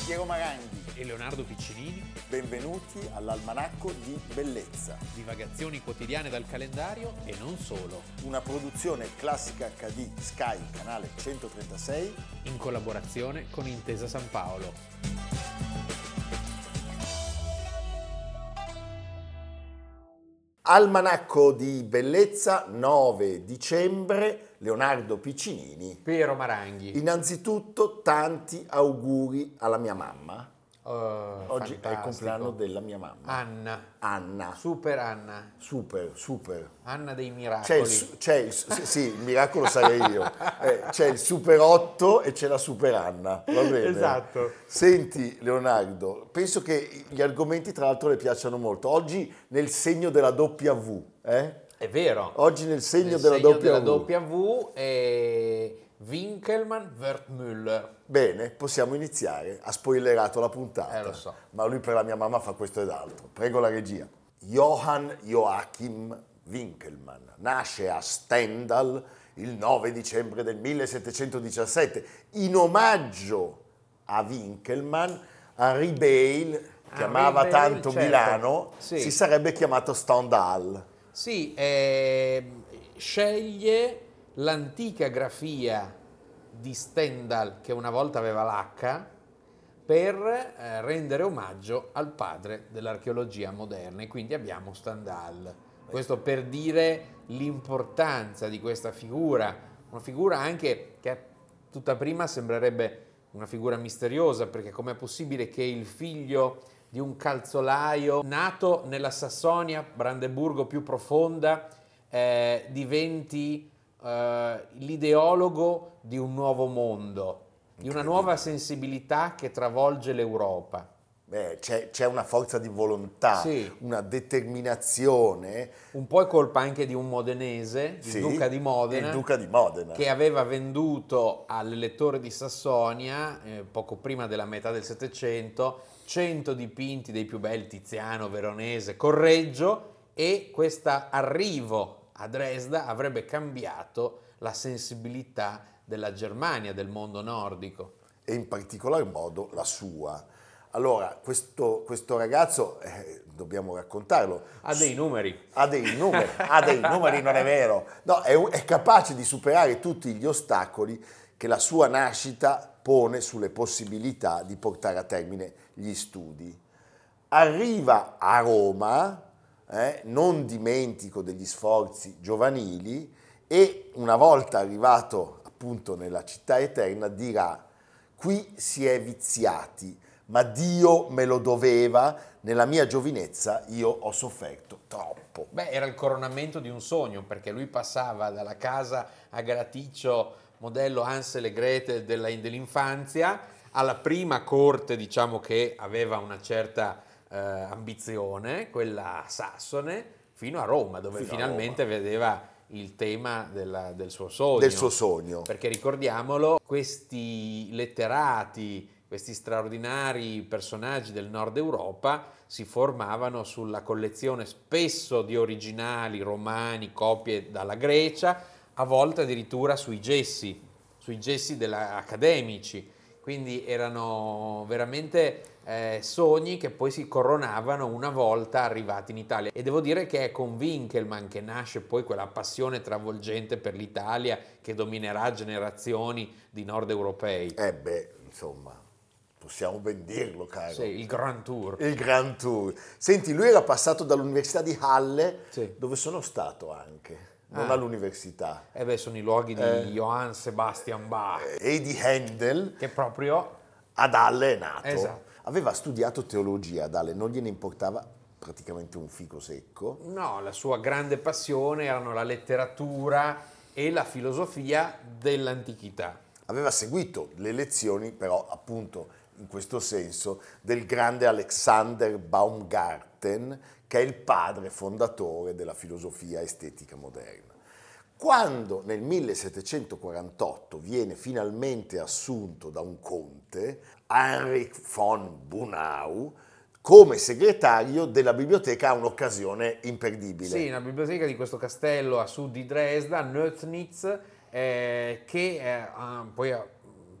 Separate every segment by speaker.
Speaker 1: Piero Maranghi
Speaker 2: e Leonardo Piccinini.
Speaker 1: Benvenuti all'Almanacco di Bellezza.
Speaker 2: Divagazioni quotidiane dal calendario e non solo.
Speaker 1: Una produzione Classica HD Sky, canale 136.
Speaker 2: In collaborazione con Intesa San Paolo.
Speaker 1: Almanacco di Bellezza, 9 dicembre, Leonardo Piccinini.
Speaker 2: Piero Maranghi.
Speaker 1: Innanzitutto tanti auguri alla mia mamma. Oggi
Speaker 2: Fantastico.
Speaker 1: è il compleanno della mia mamma. Anna.
Speaker 2: Super Anna.
Speaker 1: Super.
Speaker 2: Anna dei miracoli.
Speaker 1: Sì, il miracolo sarei io. C'è il Super 8 e c'è la Super Anna, va bene?
Speaker 2: Esatto.
Speaker 1: Senti Leonardo, penso che gli argomenti tra l'altro le piacciono molto. Oggi nel segno della W,
Speaker 2: È vero.
Speaker 1: Oggi nel segno
Speaker 2: Nel
Speaker 1: della
Speaker 2: segno
Speaker 1: W.
Speaker 2: della W è Winkelmann Wertmüller.
Speaker 1: Bene, possiamo iniziare. Ha spoilerato la puntata.
Speaker 2: Lo so.
Speaker 1: Ma lui per la mia mamma fa questo ed altro. Prego la regia. Johann Joachim Winkelmann nasce a Stendal il 9 dicembre del 1717. In omaggio a Winkelmann, Henri Beyle, che amava
Speaker 2: Beyle,
Speaker 1: tanto
Speaker 2: certo.
Speaker 1: Milano,
Speaker 2: Sì.
Speaker 1: si sarebbe chiamato Stendhal.
Speaker 2: Sì, sceglie l'antica grafia di Stendhal, che una volta aveva l'H, per rendere omaggio al padre dell'archeologia moderna, e quindi abbiamo Stendhal. Questo per dire l'importanza di questa figura, una figura anche che a tutta prima sembrerebbe una figura misteriosa, perché com'è possibile che il figlio di un calzolaio nato nella Sassonia, Brandeburgo più profonda, diventi l'ideologo di un nuovo mondo, di una nuova sensibilità che travolge l'Europa.
Speaker 1: C'è una forza di volontà,
Speaker 2: Sì.
Speaker 1: una determinazione.
Speaker 2: Un po' è colpa anche di un modenese, il
Speaker 1: Sì,
Speaker 2: duca di Modena,
Speaker 1: il duca di Modena.
Speaker 2: che aveva venduto all'elettore di Sassonia, poco prima della metà del Settecento, 100 dipinti dei più belli, Tiziano, Veronese, Correggio, e questo arrivo a Dresda avrebbe cambiato la sensibilità della Germania, del mondo nordico.
Speaker 1: E in particolar modo la sua. Allora, questo ragazzo, dobbiamo raccontarlo.
Speaker 2: Ha dei numeri.
Speaker 1: Ha dei numeri, non è vero. No, è capace di superare tutti gli ostacoli che la sua nascita pone sulle possibilità di portare a termine gli studi. Arriva a Roma, non dimentico degli sforzi giovanili, e una volta arrivato appunto nella città eterna dirà: qui si è viziati, ma Dio me lo doveva, nella mia giovinezza io ho sofferto troppo.
Speaker 2: Era il coronamento di un sogno, perché lui passava dalla casa a Graticcio, modello Hansel e Gretel dell'infanzia, alla prima corte, diciamo, che aveva una certa ambizione, quella sassone, fino a Roma, dove finalmente vedeva il tema del suo sogno.
Speaker 1: Del suo sogno.
Speaker 2: Perché ricordiamolo, questi letterati, questi straordinari personaggi del nord Europa si formavano sulla collezione spesso di originali romani, copie dalla Grecia, a volte addirittura sui gessi accademici. Quindi erano veramente sogni che poi si coronavano una volta arrivati in Italia. E devo dire che è con Winkelmann che nasce poi quella passione travolgente per l'Italia che dominerà generazioni di nord europei.
Speaker 1: Insomma, possiamo ben dirlo, caro.
Speaker 2: Sì, il Grand Tour.
Speaker 1: Il Grand Tour. Senti, lui era passato dall'Università di Halle,
Speaker 2: sì,
Speaker 1: dove sono stato anche, non all'università.
Speaker 2: Sono i luoghi di Johann Sebastian Bach.
Speaker 1: E di Handel.
Speaker 2: Che proprio
Speaker 1: ad Halle è nato.
Speaker 2: Esatto.
Speaker 1: Aveva studiato teologia ad Halle, non gliene importava praticamente un fico secco.
Speaker 2: No, la sua grande passione erano la letteratura e la filosofia dell'antichità.
Speaker 1: Aveva seguito le lezioni, però appunto in questo senso, del grande Alexander Baumgarten, che è il padre fondatore della filosofia estetica moderna. Quando nel 1748 viene finalmente assunto da un conte, Heinrich von Bunau, come segretario della biblioteca, ha un'occasione imperdibile.
Speaker 2: Sì, una biblioteca di questo castello a sud di Dresda, Nöthnitz, che poi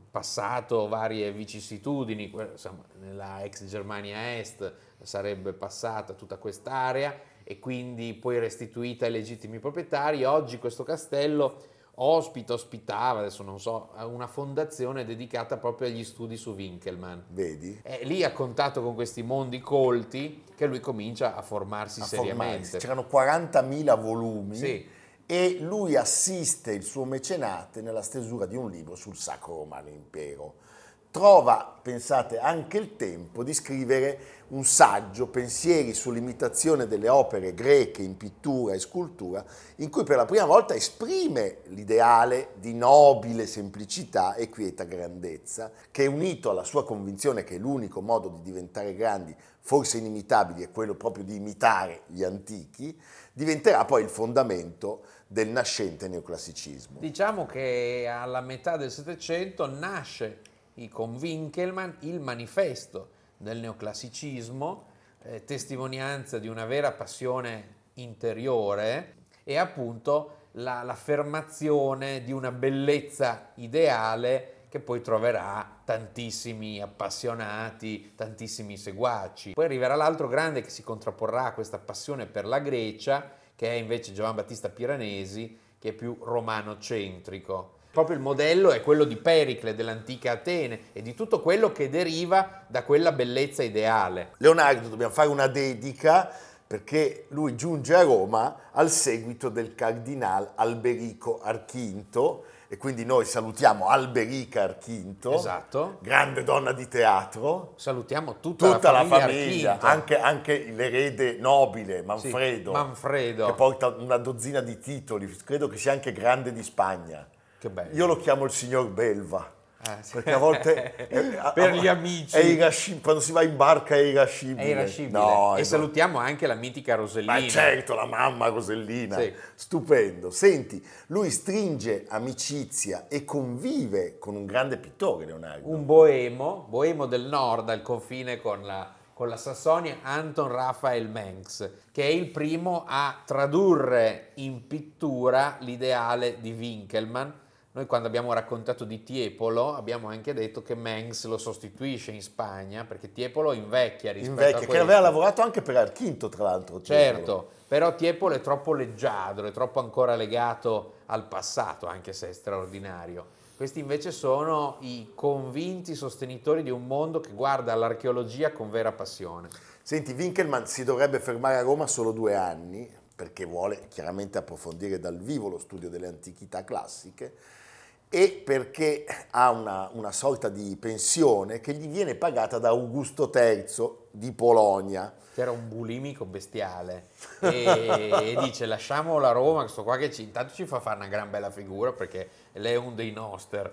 Speaker 2: passato varie vicissitudini, insomma, nella ex Germania Est sarebbe passata tutta quest'area e quindi poi restituita ai legittimi proprietari. Oggi questo castello ospitava, adesso non so, una fondazione dedicata proprio agli studi su Winckelmann.
Speaker 1: Vedi?
Speaker 2: E lì ha contatto con questi mondi colti che lui comincia a formarsi seriamente.
Speaker 1: C'erano 40.000 volumi.
Speaker 2: Sì.
Speaker 1: E lui assiste il suo mecenate nella stesura di un libro sul Sacro Romano Impero. Trova, pensate, anche il tempo di scrivere un saggio, Pensieri sull'imitazione delle opere greche in pittura e scultura, in cui per la prima volta esprime l'ideale di nobile semplicità e quieta grandezza, che unito alla sua convinzione che l'unico modo di diventare grandi, forse inimitabili, è quello proprio di imitare gli antichi, diventerà poi il fondamento del nascente neoclassicismo.
Speaker 2: Diciamo che alla metà del Settecento nasce con Winckelmann il manifesto del neoclassicismo, testimonianza di una vera passione interiore e appunto l'affermazione di una bellezza ideale che poi troverà tantissimi appassionati, tantissimi seguaci. Poi arriverà l'altro grande che si contrapporrà a questa passione per la Grecia, che è invece Giovan Battista Piranesi, che è più romanocentrico. Proprio il modello è quello di Pericle, dell'antica Atene e di tutto quello che deriva da quella bellezza ideale.
Speaker 1: Leonardo, dobbiamo fare una dedica perché lui giunge a Roma al seguito del cardinal Alberico Archinto e quindi noi salutiamo Alberica Archinto,
Speaker 2: esatto,
Speaker 1: grande donna di teatro.
Speaker 2: Salutiamo tutta la famiglia
Speaker 1: anche l'erede nobile Manfredo,
Speaker 2: sì, Manfredo,
Speaker 1: che porta una dozzina di titoli, credo che sia anche grande di Spagna.
Speaker 2: Che bello.
Speaker 1: Io lo chiamo il signor Belva.
Speaker 2: Sì.
Speaker 1: Perché a volte
Speaker 2: per gli amici
Speaker 1: è irascibile, quando si va in barca è irascibile.
Speaker 2: È irascibile. E salutiamo anche la mitica Rosellina.
Speaker 1: Ma certo, la mamma Rosellina,
Speaker 2: sì.
Speaker 1: Stupendo. Senti, lui stringe amicizia e convive con un grande pittore, Leonardo.
Speaker 2: Un boemo del nord, al confine con la Sassonia, Anton Raphael Mengs, che è il primo a tradurre in pittura l'ideale di Winckelmann. Noi quando abbiamo raccontato di Tiepolo abbiamo anche detto che Mengs lo sostituisce in Spagna perché Tiepolo invecchia rispetto a questo.
Speaker 1: Che aveva lavorato anche per Archinto, tra l'altro.
Speaker 2: Certo, però Tiepolo è troppo leggiadro, è troppo ancora legato al passato, anche se è straordinario. Questi invece sono i convinti sostenitori di un mondo che guarda all'archeologia con vera passione.
Speaker 1: Senti, Winckelmann si dovrebbe fermare a Roma solo 2 anni perché vuole chiaramente approfondire dal vivo lo studio delle antichità classiche e perché ha una sorta di pensione che gli viene pagata da Augusto III di Polonia.
Speaker 2: Che era un bulimico bestiale e dice lasciamo la Roma, questo qua che intanto ci fa fare una gran bella figura perché lei è un dei noster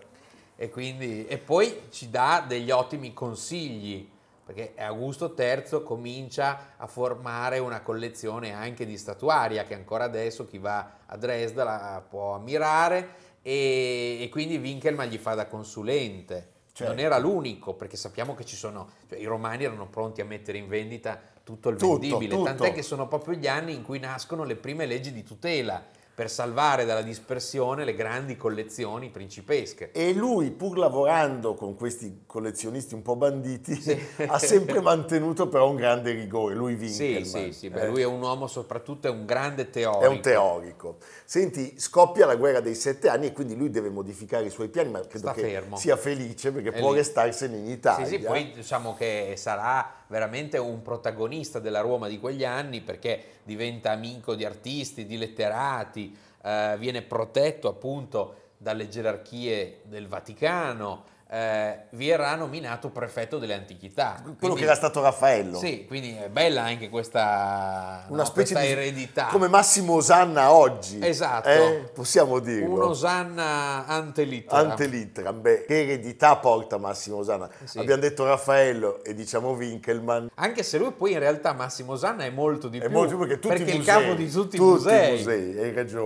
Speaker 2: e poi ci dà degli ottimi consigli perché Augusto III comincia a formare una collezione anche di statuaria che ancora adesso chi va a Dresda la può ammirare e quindi Winckelmann gli fa da consulente. Certo. Non era l'unico, perché sappiamo che i romani erano pronti a mettere in vendita tutto il vendibile, tant'è che sono proprio gli anni in cui nascono le prime leggi di tutela per salvare dalla dispersione le grandi collezioni principesche.
Speaker 1: E lui, pur lavorando con questi collezionisti un po' banditi, sì. Ha sempre mantenuto però un grande rigore, lui Winckelmann.
Speaker 2: Sì, lui è un uomo, soprattutto è un grande teorico.
Speaker 1: È un teorico. Senti, scoppia la guerra dei 7 anni e quindi lui deve modificare i suoi piani, ma credo che sia felice perché può restarsene in Italia.
Speaker 2: Sì, poi diciamo che sarà veramente un protagonista della Roma di quegli anni perché diventa amico di artisti, di letterati, viene protetto appunto dalle gerarchie del Vaticano, verrà nominato prefetto delle antichità.
Speaker 1: Quello che era stato Raffaello.
Speaker 2: Sì, quindi è bella anche questa
Speaker 1: specie
Speaker 2: questa
Speaker 1: di
Speaker 2: eredità.
Speaker 1: Come Massimo Osanna oggi.
Speaker 2: Esatto.
Speaker 1: Possiamo dirlo.
Speaker 2: Un Osanna ante litteram.
Speaker 1: Ante litteram. Beh, che eredità porta Massimo Osanna? Sì. Abbiamo detto Raffaello e diciamo Winckelmann.
Speaker 2: Anche se lui poi in realtà Massimo Osanna è molto di più.
Speaker 1: È molto più perché
Speaker 2: il capo di tutti i musei.
Speaker 1: Hai ragione.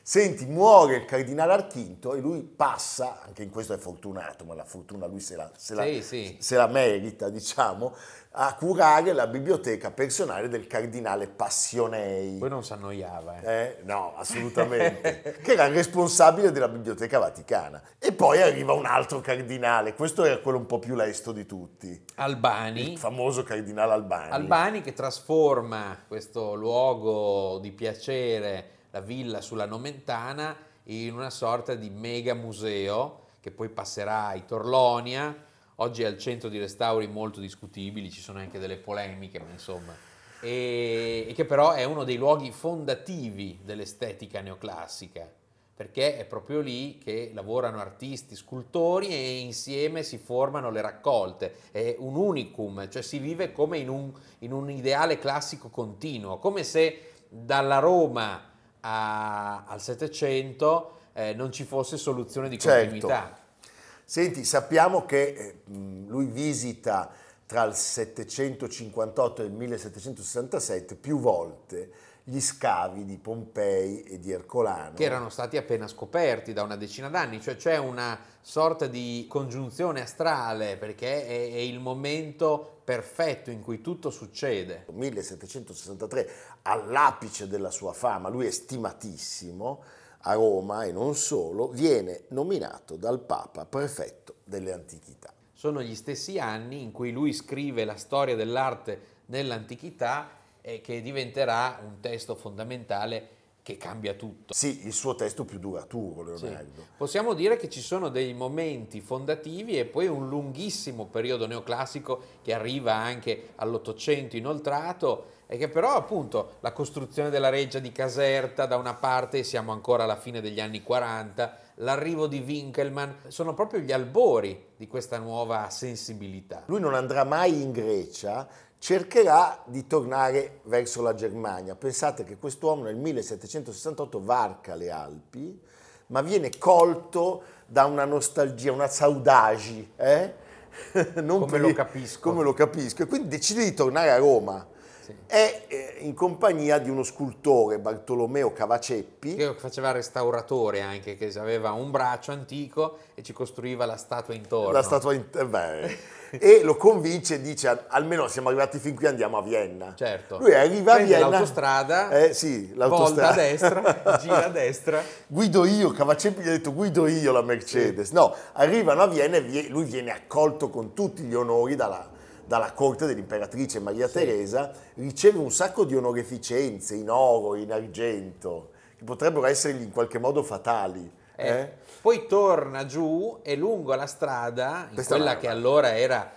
Speaker 1: Senti, muore il cardinale Archinto e lui passa, anche in questo è fortunato, ma la fortuna lui se la merita, diciamo, a curare la biblioteca personale del cardinale Passionei.
Speaker 2: Poi non si annoiava.
Speaker 1: No, assolutamente. Che era il responsabile della Biblioteca Vaticana. E poi arriva un altro cardinale, questo era quello un po' più lesto di tutti.
Speaker 2: Albani.
Speaker 1: Il famoso cardinale Albani.
Speaker 2: Albani che trasforma questo luogo di piacere, la villa sulla Nomentana, in una sorta di mega museo che poi passerà ai Torlonia. Oggi è al centro di restauri molto discutibili, ci sono anche delle polemiche, ma insomma, e che però è uno dei luoghi fondativi dell'estetica neoclassica, perché è proprio lì che lavorano artisti, scultori e insieme si formano le raccolte. È un unicum, cioè si vive come in un ideale classico continuo, come se dalla Roma al Settecento non ci fosse soluzione di continuità.
Speaker 1: Senti, sappiamo che lui visita tra il 758 e il 1767 più volte gli scavi di Pompei e di Ercolano.
Speaker 2: Che erano stati appena scoperti da una decina d'anni, cioè c'è una sorta di congiunzione astrale, perché è il momento perfetto in cui tutto succede.
Speaker 1: 1763, all'apice della sua fama, lui è stimatissimo a Roma e non solo, viene nominato dal Papa prefetto delle antichità.
Speaker 2: Sono gli stessi anni in cui lui scrive la storia dell'arte nell'antichità e che diventerà un testo fondamentale che cambia tutto.
Speaker 1: Sì, il suo testo più duraturo, Leonardo.
Speaker 2: Sì. Possiamo dire che ci sono dei momenti fondativi e poi un lunghissimo periodo neoclassico che arriva anche all'Ottocento inoltrato e che però appunto la costruzione della reggia di Caserta da una parte, siamo ancora alla fine degli anni 40, l'arrivo di Winckelmann, sono proprio gli albori di questa nuova sensibilità.
Speaker 1: Lui non andrà mai in Grecia, cercherà di tornare verso la Germania. Pensate che quest'uomo nel 1768 varca le Alpi, ma viene colto da una nostalgia, una saudade,
Speaker 2: Come lo capisco.
Speaker 1: Come lo capisco. E quindi decide di tornare a Roma. Sì. È in compagnia di uno scultore, Bartolomeo Cavaceppi.
Speaker 2: Che faceva il restauratore anche, che aveva un braccio antico e ci costruiva la statua intorno.
Speaker 1: La statua e lo convince e dice: almeno siamo arrivati fin qui, andiamo a Vienna.
Speaker 2: Certo.
Speaker 1: Lui arriva a Vienna,
Speaker 2: l'autostrada,
Speaker 1: sì,
Speaker 2: volta a destra, gira a destra.
Speaker 1: Guido io, Cavaceppi gli ha detto guido io la Mercedes. Sì. No, arrivano a Vienna e lui viene accolto con tutti gli onori dalla corte dell'imperatrice Maria Teresa, riceve un sacco di onoreficenze in oro, in argento, che potrebbero essergli in qualche modo fatali.
Speaker 2: Poi torna giù e lungo la strada, in quella che allora era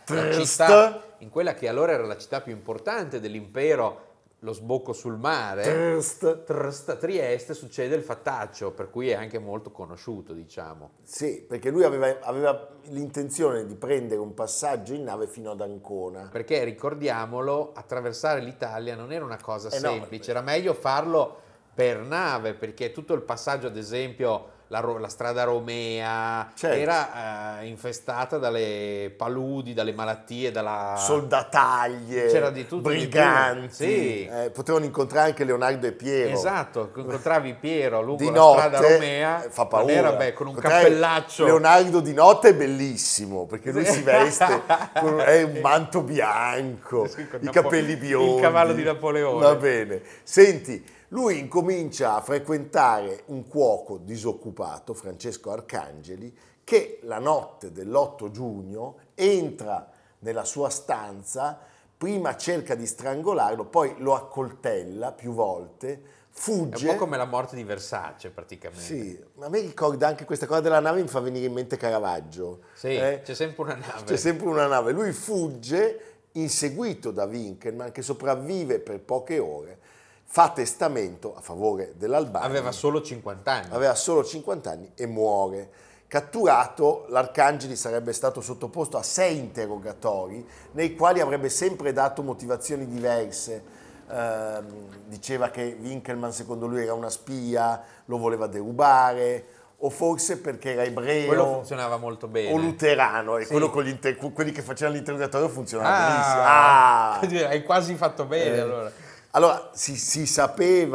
Speaker 2: la città più importante dell'impero, lo sbocco sul mare, a Trieste, succede il fattaccio, per cui è anche molto conosciuto, diciamo.
Speaker 1: Sì, perché lui aveva l'intenzione di prendere un passaggio in nave fino ad Ancona.
Speaker 2: Perché, ricordiamolo, attraversare l'Italia non era una cosa semplice, era meglio farlo per nave, perché tutto il passaggio, ad esempio, la strada romea, certo, era infestata dalle paludi, dalle malattie,
Speaker 1: soldataglie,
Speaker 2: c'era di tutto,
Speaker 1: briganti,
Speaker 2: sì.
Speaker 1: Potevano incontrare anche Leonardo e Piero.
Speaker 2: Esatto, incontravi Piero lungo
Speaker 1: di
Speaker 2: la
Speaker 1: notte,
Speaker 2: strada romea,
Speaker 1: fa paura.
Speaker 2: Con un cappellaccio.
Speaker 1: Leonardo di notte è bellissimo, perché lui si veste è un manto bianco, i capelli biondi.
Speaker 2: Il cavallo di Napoleone.
Speaker 1: Va bene. Senti, lui incomincia a frequentare un cuoco disoccupato, Francesco Arcangeli, che la notte dell'8 giugno entra nella sua stanza, prima cerca di strangolarlo, poi lo accoltella più volte, fugge.
Speaker 2: È un po' come la morte di Versace, praticamente.
Speaker 1: Sì, ma a me ricorda anche questa cosa della nave, mi fa venire in mente Caravaggio.
Speaker 2: Sì, c'è sempre una nave.
Speaker 1: C'è sempre una nave. Lui fugge, inseguito da Winckelmann, che sopravvive per poche ore, fa testamento a favore dell'Albania.
Speaker 2: Aveva solo 50 anni.
Speaker 1: Aveva solo 50 anni e muore. Catturato, l'Arcangeli sarebbe stato sottoposto a 6 interrogatori, nei quali avrebbe sempre dato motivazioni diverse. Diceva che Winckelmann secondo lui era una spia, lo voleva derubare, o forse perché era ebreo.
Speaker 2: Quello funzionava molto bene.
Speaker 1: O luterano, e sì, quello con quelli che facevano l'interrogatorio funzionava benissimo.
Speaker 2: Hai quasi fatto bene allora.
Speaker 1: Allora, si sapeva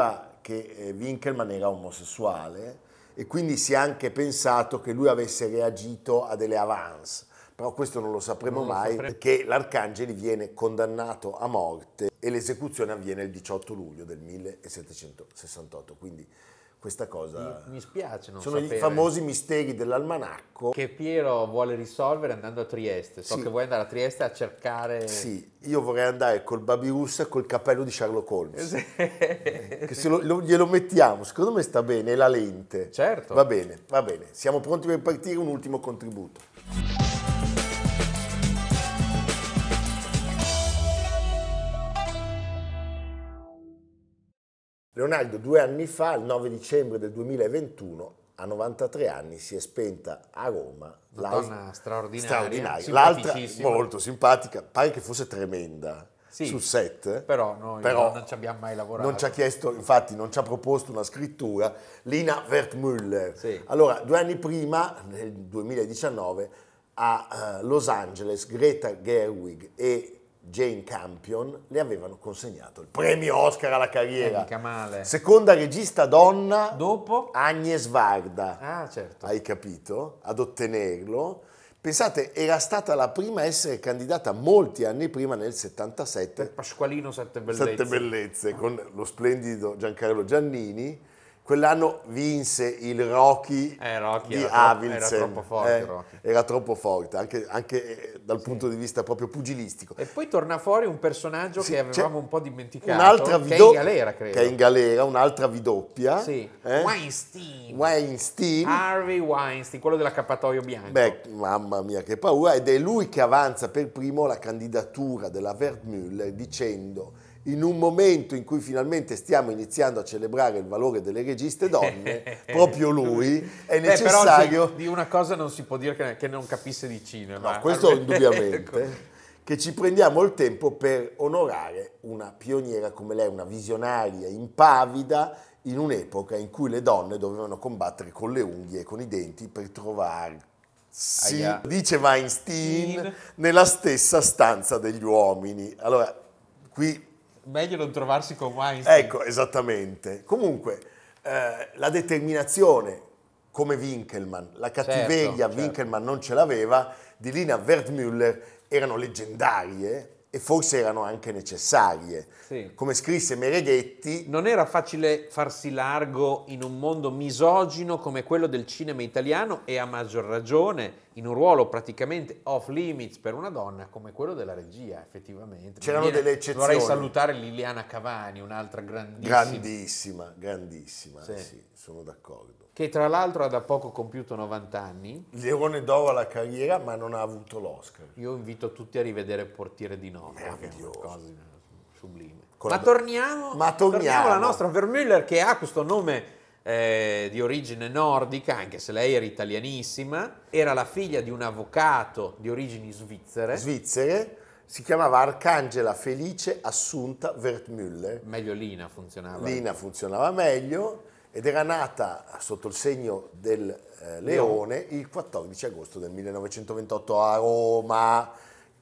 Speaker 1: che Winkelmann era omosessuale e quindi si è anche pensato che lui avesse reagito a delle avance. Però questo non lo sapremo mai, perché l'Arcangeli viene condannato a morte e l'esecuzione avviene il 18 luglio del 1768, quindi questa cosa
Speaker 2: Mi spiace non
Speaker 1: sono
Speaker 2: sapere.
Speaker 1: i famosi misteri dell'almanacco.
Speaker 2: Che Piero vuole risolvere andando a Trieste. So
Speaker 1: Sì.
Speaker 2: che vuoi andare a Trieste a cercare...
Speaker 1: Sì, io vorrei andare col Babirussa e col cappello di Sherlock Holmes. Che se glielo mettiamo, secondo me sta bene, e la lente.
Speaker 2: Certo.
Speaker 1: Va bene, va bene. Siamo pronti per partire, un ultimo contributo. Leonardo 2 anni fa, il 9 dicembre del 2021, a 93 anni, si è spenta a Roma.
Speaker 2: Una donna straordinaria,
Speaker 1: L'altra
Speaker 2: simpaticissima.
Speaker 1: molto simpatica, pare che fosse tremenda
Speaker 2: Sì,
Speaker 1: sul set.
Speaker 2: Però noi non ci abbiamo mai lavorato.
Speaker 1: Non ci ha chiesto, infatti non ci ha proposto una scrittura, Lina Wertmüller.
Speaker 2: Sì.
Speaker 1: Allora, 2 anni prima, nel 2019, a Los Angeles, Greta Gerwig e Jane Campion le avevano consegnato il premio Oscar alla carriera.
Speaker 2: Mica male.
Speaker 1: Seconda regista donna
Speaker 2: Dopo?
Speaker 1: Agnes Varda.
Speaker 2: Ah, certo.
Speaker 1: Hai capito? Ad ottenerlo. Pensate, era stata la prima a essere candidata molti anni prima, nel 77,
Speaker 2: Pasqualino Sette Bellezze.
Speaker 1: Sette Bellezze, con lo splendido Giancarlo Giannini. Quell'anno vinse il Rocky,
Speaker 2: Rocky
Speaker 1: di
Speaker 2: era
Speaker 1: Avildsen.
Speaker 2: troppo forte, Rocky.
Speaker 1: Era troppo forte, anche dal punto di vista proprio pugilistico.
Speaker 2: E poi torna fuori un personaggio
Speaker 1: Sì,
Speaker 2: che avevamo
Speaker 1: c'è
Speaker 2: un po' dimenticato,
Speaker 1: un'altra
Speaker 2: che è in galera, credo.
Speaker 1: Che è in galera, un'altra vidoppia.
Speaker 2: Sì.
Speaker 1: Weinstein.
Speaker 2: Harvey Weinstein, quello dell'accappatoio bianco.
Speaker 1: Beh, mamma mia, che paura. Ed è lui che avanza per primo la candidatura della Wertmüller dicendo: in un momento in cui finalmente stiamo iniziando a celebrare il valore delle registe donne, proprio lui è necessario...
Speaker 2: Però di una cosa non si può dire che non capisse di cinema.
Speaker 1: No, questo indubbiamente.
Speaker 2: Ecco.
Speaker 1: Che ci prendiamo il tempo per onorare una pioniera come lei, una visionaria impavida, in un'epoca in cui le donne dovevano combattere con le unghie e con i denti per trovarsi,
Speaker 2: Aia.
Speaker 1: dice Weinstein, nella stessa stanza degli uomini. Allora, qui...
Speaker 2: Meglio non trovarsi con Weinstein.
Speaker 1: Ecco, esattamente. Comunque, la determinazione, come Winkelmann, la cattiveria,
Speaker 2: Certo.
Speaker 1: Winkelmann non ce l'aveva, di Lina Wertmüller erano leggendarie e forse erano anche necessarie.
Speaker 2: Sì.
Speaker 1: Come scrisse Mereghetti,
Speaker 2: Non era facile farsi largo in un mondo misogino come quello del cinema italiano e a maggior ragione in un ruolo praticamente off limits per una donna come quello della regia, effettivamente.
Speaker 1: C'erano delle eccezioni.
Speaker 2: Vorrei salutare Liliana Cavani, un'altra grandissima.
Speaker 1: grandissima,
Speaker 2: Sì.
Speaker 1: sì, sono d'accordo.
Speaker 2: Che tra l'altro ha da poco compiuto 90 anni.
Speaker 1: Leone d'oro alla carriera, ma non ha avuto l'Oscar.
Speaker 2: Io invito tutti a rivedere Portiere di notte, che è
Speaker 1: Meraviglioso.
Speaker 2: una cosa sublime.
Speaker 1: Con
Speaker 2: Ma
Speaker 1: la-
Speaker 2: torniamo
Speaker 1: Ma torniamo.
Speaker 2: alla nostra Wertmüller, che ha questo nome di origine nordica, anche se lei era italianissima. Era la figlia di un avvocato di origini svizzere.
Speaker 1: Svizzere, si chiamava Arcangela Felice Assunta Wertmüller.
Speaker 2: Meglio Lina funzionava.
Speaker 1: Lina funzionava meglio ed era nata sotto il segno del leone il 14 agosto del 1928 a Roma.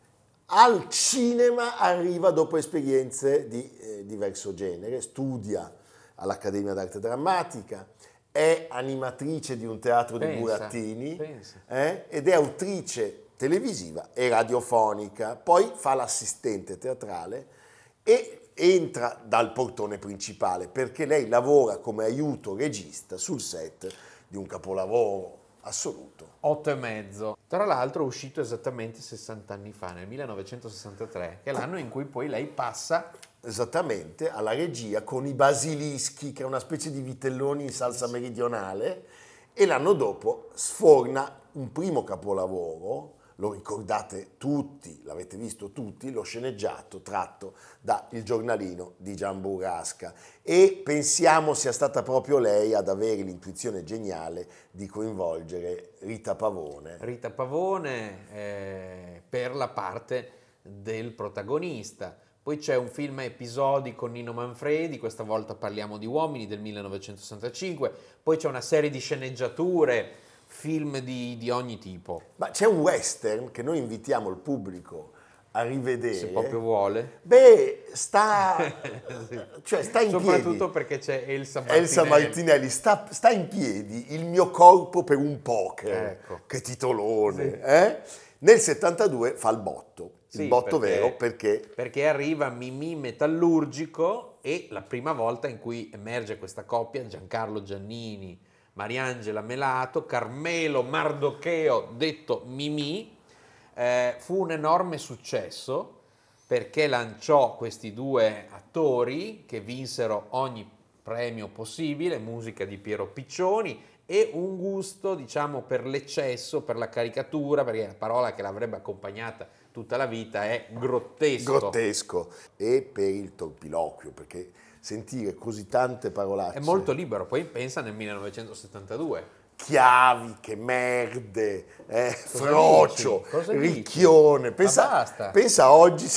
Speaker 1: Al cinema arriva dopo esperienze di diverso genere, studia all'Accademia d'Arte Drammatica, è animatrice di un teatro di
Speaker 2: Pensa,
Speaker 1: burattini
Speaker 2: pensa.
Speaker 1: ed è autrice televisiva e radiofonica, poi fa l'assistente teatrale e entra dal portone principale perché lei lavora come aiuto regista sul set di un capolavoro assoluto.
Speaker 2: 8,5. Tra l'altro è uscito esattamente 60 anni fa, nel 1963, che è l'anno in cui poi lei passa
Speaker 1: Esattamente, alla regia con i basilischi, che è una specie di vitelloni in salsa meridionale, e l'anno dopo sforna un primo capolavoro, lo ricordate tutti, l'avete visto tutti, lo sceneggiato tratto da Il giornalino di Gian Burrasca, e pensiamo sia stata proprio lei ad avere l'intuizione geniale di coinvolgere Rita Pavone.
Speaker 2: Rita Pavone per la parte del protagonista. Poi c'è un film a episodi con Nino Manfredi, questa volta parliamo di Uomini del 1965, poi c'è una serie di sceneggiature, film di ogni tipo.
Speaker 1: Ma c'è un western che noi invitiamo il pubblico a rivedere.
Speaker 2: Se proprio vuole.
Speaker 1: Beh, sta
Speaker 2: Sì.
Speaker 1: cioè sta in
Speaker 2: Soprattutto
Speaker 1: piedi.
Speaker 2: perché c'è Elsa Martinelli.
Speaker 1: Elsa Martinelli sta in piedi, Il mio corpo per un poker.
Speaker 2: Ecco.
Speaker 1: Che titolone,
Speaker 2: Sì.
Speaker 1: eh? Nel 72 fa il botto
Speaker 2: Sì,
Speaker 1: botto vero, perché
Speaker 2: perché arriva Mimì Metallurgico e la prima volta in cui emerge questa coppia, Giancarlo Giannini, Mariangela Melato, Carmelo Mardocheo, detto Mimì, fu un enorme successo perché lanciò questi due attori che vinsero ogni premio possibile, musica di Piero Piccioni e un gusto, diciamo, per l'eccesso, per la caricatura, perché la parola che l'avrebbe accompagnata tutta la vita è grottesco.
Speaker 1: grottesco, e per il torpiloquio, perché sentire così tante
Speaker 2: È
Speaker 1: parolacce,
Speaker 2: molto libero, poi pensa nel 1972.
Speaker 1: chiavi, che merde,
Speaker 2: Cosa
Speaker 1: frocio,
Speaker 2: dici? Cosa dici?
Speaker 1: ricchione.
Speaker 2: Ma basta.
Speaker 1: Pensa oggi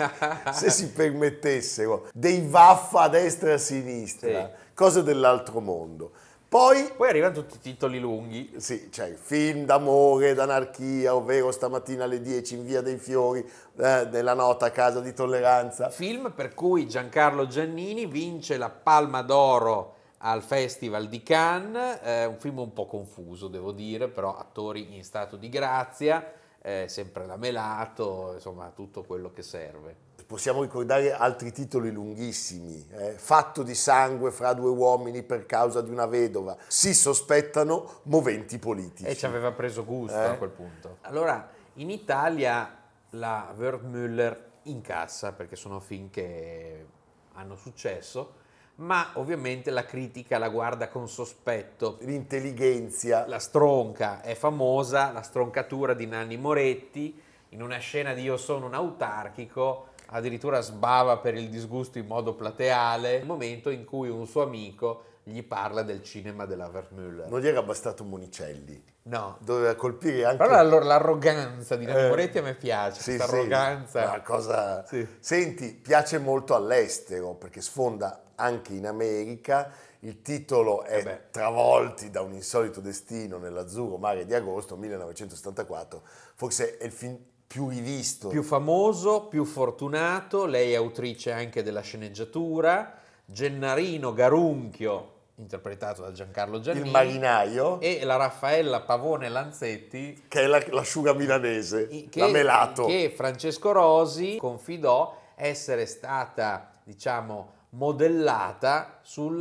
Speaker 1: se si permettessero dei vaffa a destra e a sinistra,
Speaker 2: Sì.
Speaker 1: cose dell'altro mondo. Poi,
Speaker 2: Poi arrivano tutti i titoli lunghi.
Speaker 1: sì, c'è il film d'amore, d'anarchia, ovvero Stamattina alle 10 in Via dei Fiori, della nota Casa di Tolleranza.
Speaker 2: Film per cui Giancarlo Giannini vince la Palma d'Oro al Festival di Cannes, un film un po' confuso devo dire, però attori in stato di grazia, sempre la Melato, insomma tutto quello che serve.
Speaker 1: Possiamo ricordare altri titoli lunghissimi, Fatto di sangue fra due uomini per causa di una vedova, si sospettano moventi politici.
Speaker 2: E ci aveva preso gusto a quel punto. Allora, in Italia la Wertmüller incassa perché sono film che hanno successo, ma ovviamente la critica la guarda con sospetto.
Speaker 1: L'intelligenza.
Speaker 2: La stronca è famosa, la stroncatura di Nanni Moretti, in una scena di Io sono un autarchico, addirittura sbava per il disgusto in modo plateale, nel momento in cui un suo amico gli parla del cinema della Wertmüller.
Speaker 1: Non gli era bastato Monicelli,
Speaker 2: No.
Speaker 1: doveva colpire anche...
Speaker 2: Però l'arroganza di Nanni Moretti a me piace,
Speaker 1: sì,
Speaker 2: questa
Speaker 1: sì,
Speaker 2: arroganza.
Speaker 1: una cosa...
Speaker 2: Sì.
Speaker 1: Senti, piace molto all'estero perché sfonda anche in America. Il titolo è Travolti da un insolito destino nell'azzurro mare di agosto 1974, forse è il film più rivisto.
Speaker 2: Più famoso, più fortunato, lei è autrice anche della sceneggiatura, Gennarino Garunchio, interpretato da Giancarlo Giannini,
Speaker 1: Il marinaio,
Speaker 2: e la Raffaella Pavone Lanzetti,
Speaker 1: che è l'asciuga milanese,
Speaker 2: che,
Speaker 1: la Melato.
Speaker 2: che Francesco Rosi confidò essere stata, diciamo, modellata sul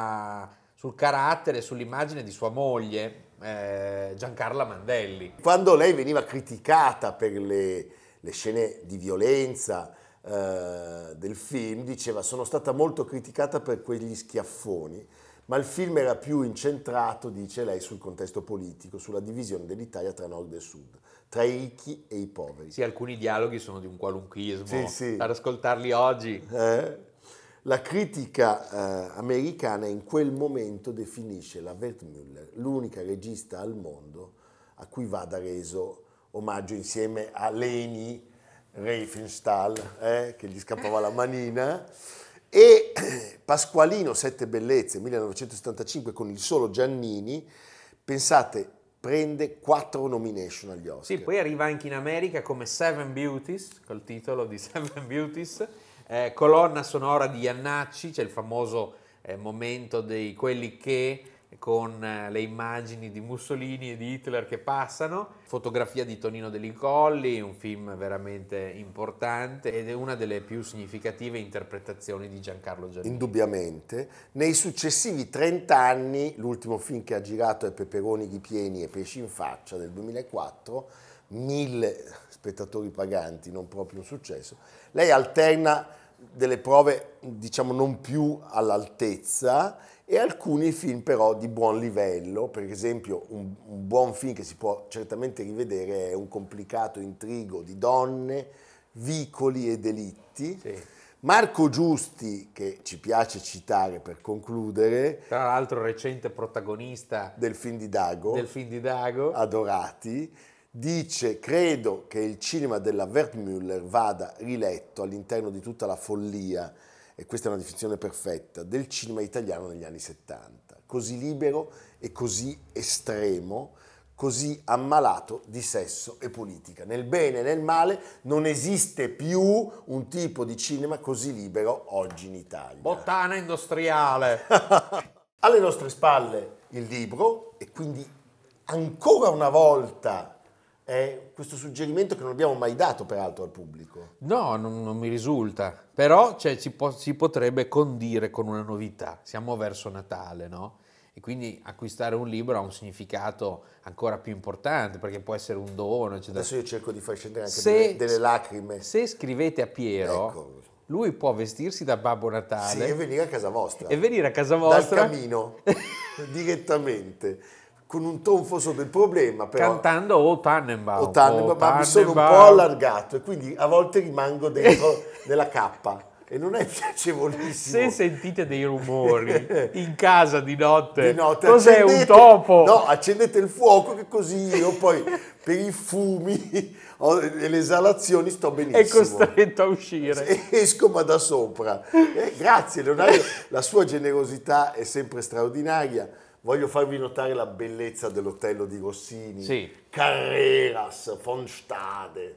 Speaker 2: carattere, sull'immagine di sua moglie, Giancarla Mandelli.
Speaker 1: Quando lei veniva criticata per le scene di violenza del film, diceva: sono stata molto criticata per quegli schiaffoni, ma il film era più incentrato, dice lei, sul contesto politico, sulla divisione dell'Italia tra nord e sud, tra i ricchi e i poveri.
Speaker 2: Sì, alcuni dialoghi sono di un qualunquismo,
Speaker 1: Sì, sì.
Speaker 2: per ascoltarli oggi.
Speaker 1: La critica americana in quel momento definisce la Wertmüller l'unica regista al mondo a cui vada reso omaggio, insieme a Leni Riefenstahl, che gli scappava la manina, e Pasqualino Sette Bellezze 1975 con il solo Giannini. Pensate, prende 4 nomination agli Oscar.
Speaker 2: Sì, poi arriva anche in America come Seven Beauties, col titolo di Seven Beauties, colonna sonora di Iannacci, c'è il famoso momento di quelli che con le immagini di Mussolini e di Hitler che passano, fotografia di Tonino Delicolli, un film veramente importante ed è una delle più significative interpretazioni di Giancarlo Giannini.
Speaker 1: Indubbiamente. Nei successivi 30 anni, l'ultimo film che ha girato è Peperoni ripieni e pesci in faccia del 2004, 1000 spettatori paganti, non proprio un successo. Lei alterna delle prove, diciamo, non più all'altezza e alcuni film però di buon livello. Per esempio un buon film che si può certamente rivedere è Un complicato intrigo di donne, vicoli e delitti.
Speaker 2: Sì.
Speaker 1: Marco Giusti, che ci piace citare per concludere,
Speaker 2: Tra l'altro recente protagonista
Speaker 1: del film di Dago,
Speaker 2: Adorati,
Speaker 1: dice: credo che il cinema della Wertmüller vada riletto all'interno di tutta la follia, e questa è una definizione perfetta, del cinema italiano negli anni 70, così libero e così estremo, così ammalato di sesso e politica. Nel bene e nel male non esiste più un tipo di cinema così libero oggi in Italia.
Speaker 2: Bottana industriale.
Speaker 1: Alle nostre spalle il libro e quindi ancora una volta è questo suggerimento che non abbiamo mai dato peraltro al pubblico.
Speaker 2: No, non mi risulta, però si potrebbe condire con una novità. Siamo verso Natale, no? E quindi acquistare un libro ha un significato ancora più importante, perché può essere un dono, eccetera.
Speaker 1: Adesso io cerco di far scendere anche delle lacrime.
Speaker 2: Se scrivete a Piero,
Speaker 1: ecco,
Speaker 2: lui può vestirsi da Babbo Natale
Speaker 1: sì, e venire a casa vostra.
Speaker 2: Dal
Speaker 1: camino, direttamente, con un tonfo sotto. Il problema però...
Speaker 2: cantando O Tannenbaum.
Speaker 1: Ma mi sono un po' allargato e quindi a volte rimango dentro nella cappa. E non è piacevolissimo.
Speaker 2: Se sentite dei rumori in casa di notte
Speaker 1: cos'è,
Speaker 2: un topo?
Speaker 1: No, accendete il fuoco che così io poi per i fumi e le esalazioni sto benissimo.
Speaker 2: È costretto a uscire.
Speaker 1: Esco ma da sopra. Grazie Leonardo, la sua generosità è sempre straordinaria. Voglio farvi notare la bellezza dell'hotel di Rossini.
Speaker 2: Sì.
Speaker 1: Carreras, von Stade.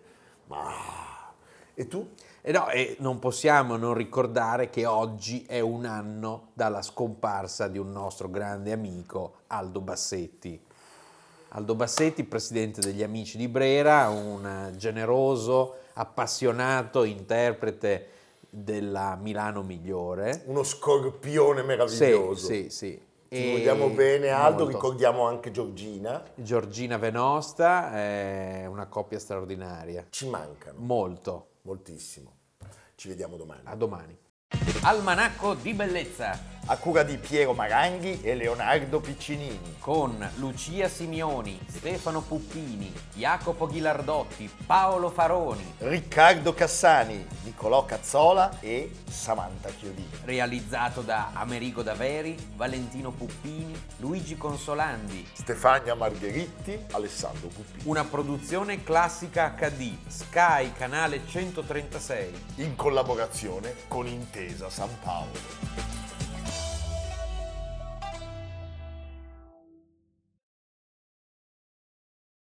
Speaker 1: E tu?
Speaker 2: E non possiamo non ricordare che oggi è un anno dalla scomparsa di un nostro grande amico, Aldo Bassetti. Aldo Bassetti, presidente degli Amici di Brera, un generoso, appassionato interprete della Milano migliore.
Speaker 1: Uno scorpione meraviglioso.
Speaker 2: Sì.
Speaker 1: Ti vogliamo bene Aldo,
Speaker 2: molto.
Speaker 1: Ricordiamo anche Giorgina.
Speaker 2: Giorgina Venosta è una coppia straordinaria.
Speaker 1: Ci mancano.
Speaker 2: Moltissimo.
Speaker 1: Ci vediamo domani.
Speaker 2: A domani. Almanacco di bellezza
Speaker 3: A cura di Piero Maranghi e Leonardo Piccinini.
Speaker 2: con Lucia Simioni, Stefano Puppini, Jacopo Ghilardotti, Paolo Faroni.
Speaker 3: Riccardo Cassani, Nicolò Cazzola e Samantha Chiodini.
Speaker 2: Realizzato da Amerigo Daveri, Valentino Puppini, Luigi Consolandi.
Speaker 1: Stefania Margheritti, Alessandro Puppini.
Speaker 2: Una produzione Classica HD, Sky, canale 136.
Speaker 1: In collaborazione con Intesa San Paolo.